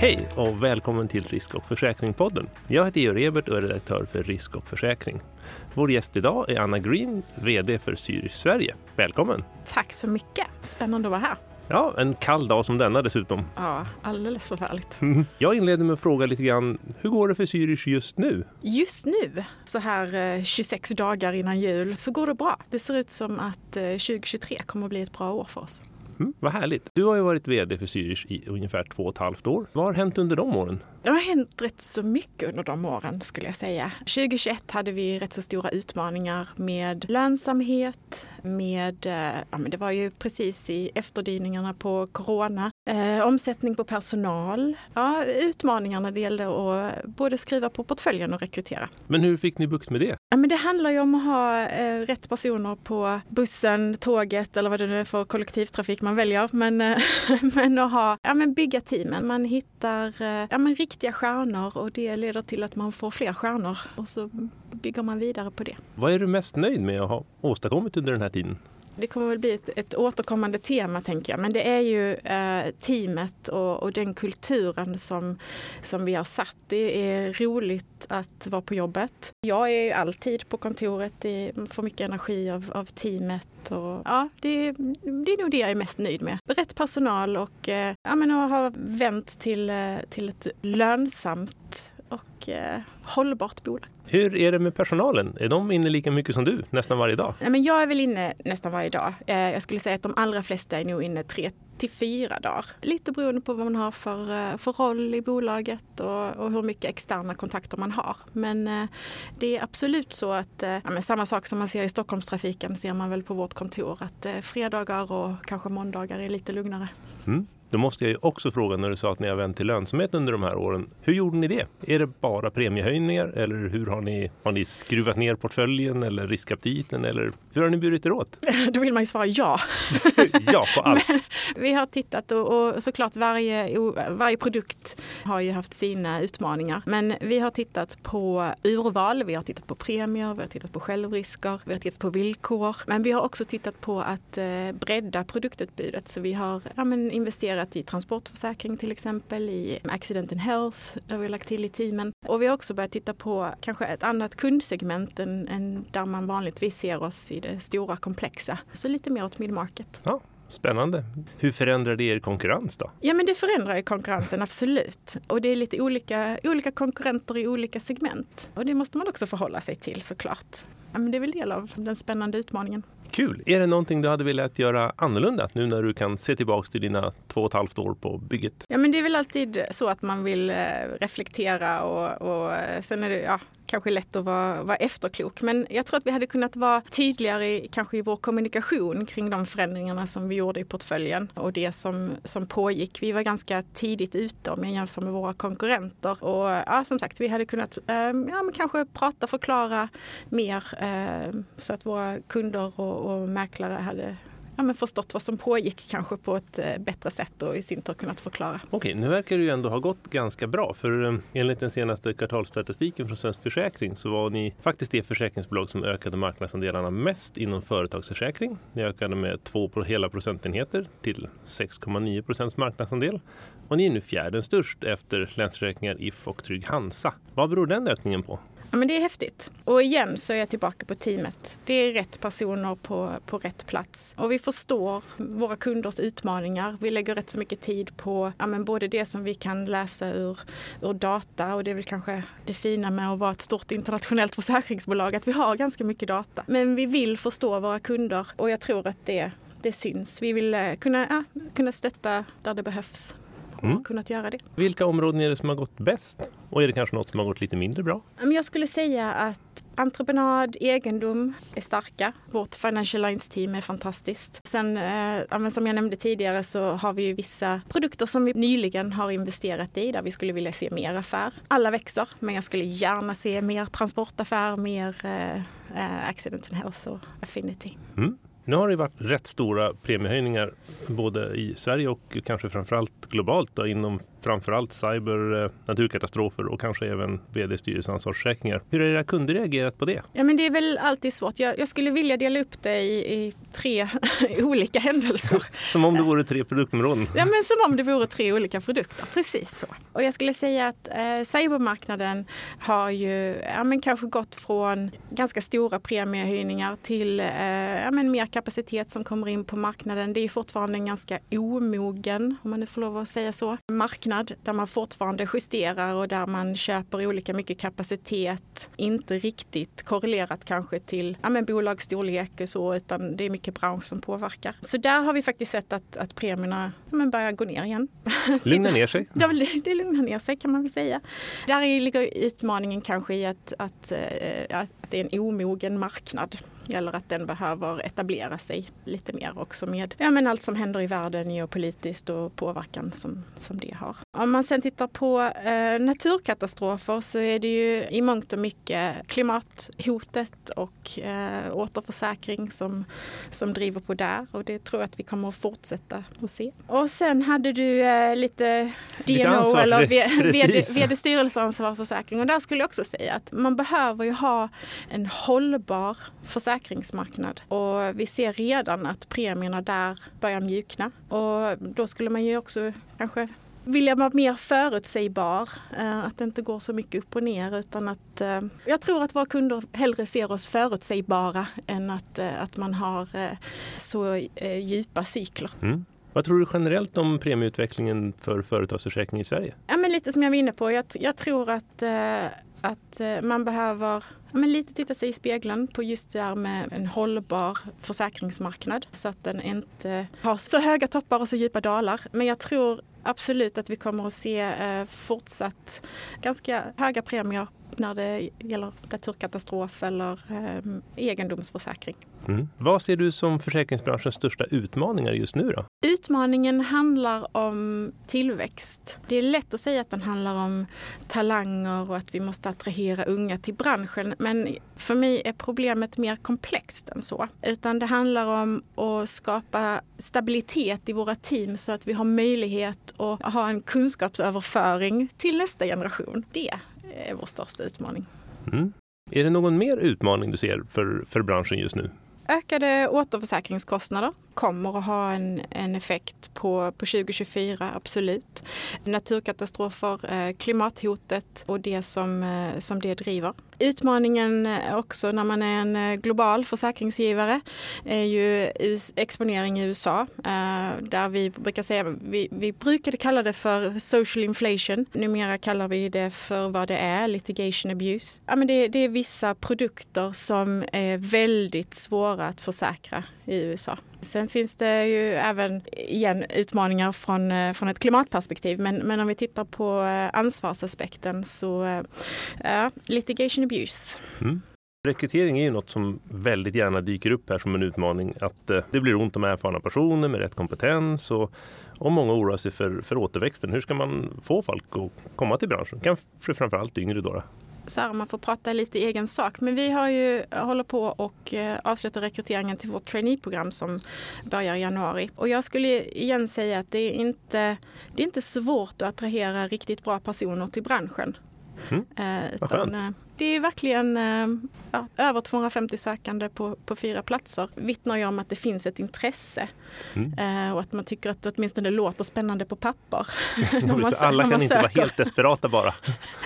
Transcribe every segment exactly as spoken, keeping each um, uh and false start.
Hej och välkommen till Risk- och försäkringspodden. Jag heter Georg Ebert och är redaktör för Risk- och försäkring. Vår gäst idag är Anna Green, vd för Zürich Sverige. Välkommen! Tack så mycket. Spännande att vara här. Ja, en kall dag som denna dessutom. Ja, alldeles förfärligt. Jag inleder med att fråga lite grann, hur går det för Zürich just nu? Just nu, så här tjugosex dagar innan jul, så går det bra. Det ser ut som att tjugohundratjugotre kommer att bli ett bra år för oss. Mm, vad härligt. Du har ju varit vd för Zürich i ungefär två och ett halvt år. Vad har hänt under de åren? Det har hänt rätt så mycket under de åren skulle jag säga. tjugohundratjugoett hade vi rätt så stora utmaningar med lönsamhet, med, ja men det var ju precis i efterdyningarna på corona, eh, omsättning på personal. Ja, utmaningarna det gällde att både skriva på portföljen och rekrytera. Men hur fick ni bukt med det? Ja, men det handlar ju om att ha eh, rätt personer på bussen, tåget eller vad det nu är för kollektivtrafik man väljer. Men, eh, men att ha, ja, men bygga teamen. Man hittar eh, ja, men riktiga stjärnor och det leder till att man får fler stjärnor och så bygger man vidare på det. Vad är du mest nöjd med att ha åstadkommit under den här tiden? Det kommer väl bli ett, ett återkommande tema tänker jag, men det är ju eh, teamet och, och den kulturen som, som vi har satt. Det är roligt att vara på jobbet. Jag är ju alltid på kontoret, det får mycket energi av, av teamet och ja, det, det är nog det jag är mest nöjd med. Rätt personal och eh, ja, men att ha vänt till, till ett lönsamt och eh, hållbart bolag. Hur är det med personalen? Är de inne lika mycket som du nästan varje dag? Nej, men jag är väl inne nästan varje dag. Eh, jag skulle säga att de allra flesta är nog inne tre till fyra dagar. Lite beroende på vad man har för, för roll i bolaget och, och hur mycket externa kontakter man har. Men eh, det är absolut så att eh, ja, men samma sak som man ser i Stockholmstrafiken ser man väl på vårt kontor. Att eh, fredagar och kanske måndagar är lite lugnare. Mm. Då måste jag ju också fråga när du sa att ni har vänt till lönsamhet under de här åren. Hur gjorde ni det? Är det bara premiehöjningar eller hur har ni, har ni skruvat ner portföljen eller riskaptiten eller hur har ni burit er åt? Då vill man ju svara ja. Ja på allt. Men vi har tittat och, och såklart varje, varje produkt har ju haft sina utmaningar. Men vi har tittat på urval, vi har tittat på premier, vi har tittat på självrisker, vi har tittat på villkor. Men vi har också tittat på att eh, bredda produktutbudet så vi har ja, men investerat i transportförsäkring till exempel, i Accident and Health där vi har lagt till i teamen. Och vi har också börjat titta på kanske ett annat kundsegment än, än där man vanligtvis ser oss i det stora komplexa. Så lite mer åt mid-market. Ja, spännande. Hur förändrar det er konkurrens då? Ja, men det förändrar ju konkurrensen, absolut. Och det är lite olika, olika konkurrenter i olika segment. Och det måste man också förhålla sig till såklart. Ja, men det är väl del av den spännande utmaningen. Kul. Är det någonting du hade velat göra annorlunda nu när du kan se tillbaka till dina två och ett halvt år på bygget? Ja, men det är väl alltid så att man vill reflektera och, och sen är det ja, kanske lätt att vara, vara efterklok. Men jag tror att vi hade kunnat vara tydligare i, kanske i vår kommunikation kring de förändringarna som vi gjorde i portföljen och det som, som pågick. Vi var ganska tidigt ute om jag jämför med våra konkurrenter. Och ja, som sagt, vi hade kunnat eh, ja, men kanske prata, förklara mer eh, så att våra kunder och, och mäklare hade ja, men förstått vad som pågick kanske på ett eh, bättre sätt och i sin tur kunnat förklara. Okej, nu verkar det ju ändå ha gått ganska bra. För eh, enligt den senaste kvartalsstatistiken från Svensk Försäkring så var ni faktiskt det försäkringsbolag som ökade marknadsandelarna mest inom företagsförsäkring. Ni ökade med två hela procentenheter till sex komma nio procents marknadsandel. Och ni är nu fjärden störst efter Länsförsäkringar, If och Trygg Hansa. Vad beror den ökningen på? Ja, men det är häftigt. Och igen så är jag tillbaka på teamet. Det är rätt personer på, på rätt plats. Och vi förstår våra kunders utmaningar. Vi lägger rätt så mycket tid på ja, men både det som vi kan läsa ur, ur data. Och det är väl kanske det fina med att vara ett stort internationellt försäkringsbolag. Att vi har ganska mycket data. Men vi vill förstå våra kunder. Och jag tror att det, det syns. Vi vill kunna, ja, kunna stötta där det behövs. Mm. Kunnat göra det. Vilka områden är det som har gått bäst? Och är det kanske något som har gått lite mindre bra? Jag skulle säga att entreprenad, egendom är starka. Vårt Financial Lines-team är fantastiskt. Sen, eh, som jag nämnde tidigare så har vi ju vissa produkter som vi nyligen har investerat i där vi skulle vilja se mer affär. Alla växer, men jag skulle gärna se mer transportaffär, mer eh, Accident and Health och Affinity. Mm. Nu har det varit rätt stora premiehöjningar både i Sverige och kanske framförallt globalt då, inom framförallt cyber, naturkatastrofer och kanske även vd-styrelseansvarsförsäkringar. Hur har era kunder reagerat på det? Ja, men det är väl alltid svårt. Jag, jag skulle vilja dela upp det i, i tre olika händelser. Som om det vore tre produktområden. Ja, men som om det vore tre olika produkter. Precis så. Och jag skulle säga att eh, cybermarknaden har ju ja, men kanske gått från ganska stora premiehöjningar till eh, ja, men mer kapacitet som kommer in på marknaden. Det är fortfarande en ganska omogen, om man nu får lov att säga så, marknad där man fortfarande justerar och där man köper olika mycket kapacitet. Inte riktigt korrelerat kanske till ja, men bolagsstorlek och så, utan det är mycket bransch som påverkar. Så där har vi faktiskt sett att, att premierna ja, men börjar gå ner igen. Lugna ner sig? Ja, det lugnar ner sig kan man väl säga. Där ligger utmaningen kanske i att, att, att det är en omogen marknad. Eller att den behöver etablera sig lite mer också med ja, men allt som händer i världen geopolitiskt och påverkan som, som det har. Om man sen tittar på eh, naturkatastrofer så är det ju i mångt och mycket klimathotet och eh, återförsäkring som, som driver på där. Och det tror jag att vi kommer att fortsätta att se. Och sen hade du eh, lite D N O eller V D-styrelseansvarsförsäkring. Och där skulle jag också säga att man behöver ju ha en hållbar försäkring försäkringsmarknad och vi ser redan att premierna där börjar mjukna och då skulle man ju också kanske vilja vara mer förutsägbar, att det inte går så mycket upp och ner utan att jag tror att våra kunder hellre ser oss förutsägbara än att, att man har så djupa cykler. Mm. Vad tror du generellt om premieutvecklingen för företagsförsäkring i Sverige? Ja, men lite som jag var inne på, jag, jag tror att, att man behöver Ja, men lite titta sig i spegeln på just det här med en hållbar försäkringsmarknad så att den inte har så höga toppar och så djupa dalar. Men jag tror absolut att vi kommer att se eh, fortsatt ganska höga premier när det gäller naturkatastrof eller eh, egendomsförsäkring. Mm. Vad ser du som försäkringsbranschens största utmaningar just nu då? Utmaningen handlar om tillväxt. Det är lätt att säga att den handlar om talanger och att vi måste attrahera unga till branschen. Men för mig är problemet mer komplext än så. Utan det handlar om att skapa stabilitet i våra team så att vi har möjlighet att ha en kunskapsöverföring till nästa generation. Det är vår största utmaning. Mm. Är det någon mer utmaning du ser för, för branschen just nu? Ökade återförsäkringskostnader kommer att ha en, en effekt på, på tjugo tjugofyra, absolut. Naturkatastrofer, eh, klimathotet och det som, eh, som det driver. Utmaningen också när man är en global försäkringsgivare är ju exponering i U S A. Eh, där vi brukar säga, vi, vi brukade kalla det för social inflation. Numera kallar vi det för vad det är, litigation abuse. Ja, men det, det är vissa produkter som är väldigt svåra att försäkra i U S A. Sen finns det ju även igen utmaningar från, från ett klimatperspektiv. Men, men om vi tittar på ansvarsaspekten så ja, litigation abuse. Mm. Rekrytering är ju något som väldigt gärna dyker upp här som en utmaning. Att eh, det blir ont om erfarna personer med rätt kompetens och, och många oroar sig för, för återväxten. Hur ska man få folk att komma till branschen? Kanske framförallt yngre då? Så här, man får prata lite egen sak. Men vi har ju håller på och avslutar rekryteringen till vårt trainee-program som börjar i januari. Och jag skulle igen säga att det är inte, det är inte svårt att attrahera riktigt bra personer till branschen. Mm. Eh, utan, det är verkligen eh, ja, över tvåhundrafemtio sökande på, på fyra platser. Vittnar ju om att det finns ett intresse mm. eh, och att man tycker att det åtminstone låter spännande på papper. man, alla kan inte vara helt desperata bara.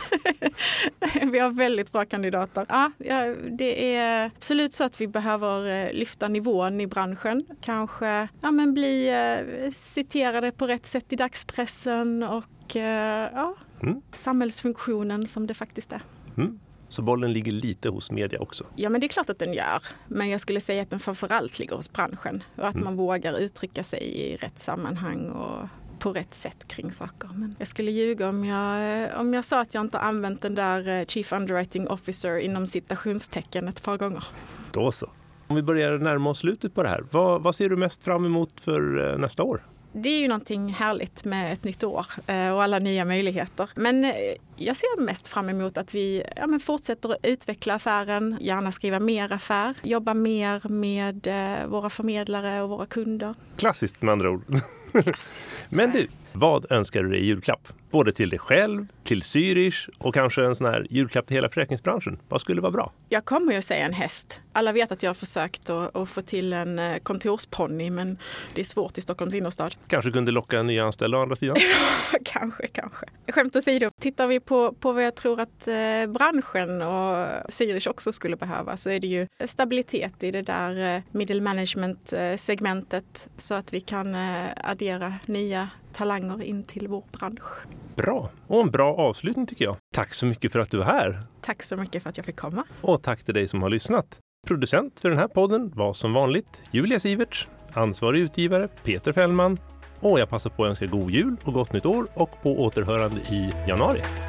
Vi har väldigt bra kandidater. Ja, ja, det är absolut så att vi behöver lyfta nivån i branschen. Kanske ja, men bli eh, citerade på rätt sätt i dagspressen och eh, ja, mm. samhällsfunktionen som det faktiskt är. Mm. Så bollen ligger lite hos media också? Ja, men det är klart att den gör. Men jag skulle säga att den framförallt ligger hos branschen. Och att mm. man vågar uttrycka sig i rätt sammanhang och på rätt sätt kring saker. Men jag skulle ljuga om jag, om jag sa att jag inte använt den där Chief Underwriting Officer inom citationstecken ett par gånger. Då så. Om vi börjar närma oss slutet på det här. Vad, vad ser du mest fram emot för nästa år? Det är ju någonting härligt med ett nytt år och alla nya möjligheter. Men jag ser mest fram emot att vi ja, men fortsätter att utveckla affären, gärna skriva mer affär, jobba mer med våra förmedlare och våra kunder. Klassiskt med andra ord. Klassiskt. Men du, vad önskar du dig i julklapp? Både till dig själv, till Zürich och kanske en sån här julklapp till hela försäkringsbranschen. Vad skulle vara bra? Jag kommer ju säga en häst. Alla vet att jag har försökt att, att få till en kontorsponny, men det är svårt i Stockholms innerstad. Kanske kunde locka nya anställda å andra sidan? kanske, kanske. Skämt åsido, tittar vi på, på vad jag tror att eh, branschen och Zürich också skulle behöva, så är det ju stabilitet i det där eh, middle management-segmentet så att vi kan eh, addera nya talanger in till vår bransch. Bra, och en bra avslutning tycker jag. Tack så mycket för att du är här. Tack så mycket för att jag fick komma. Och tack till dig som har lyssnat. Producent för den här podden var som vanligt Julia Siverts, ansvarig utgivare Peter Fällman, och jag passar på att önska god jul och gott nytt år och på återhörande i januari.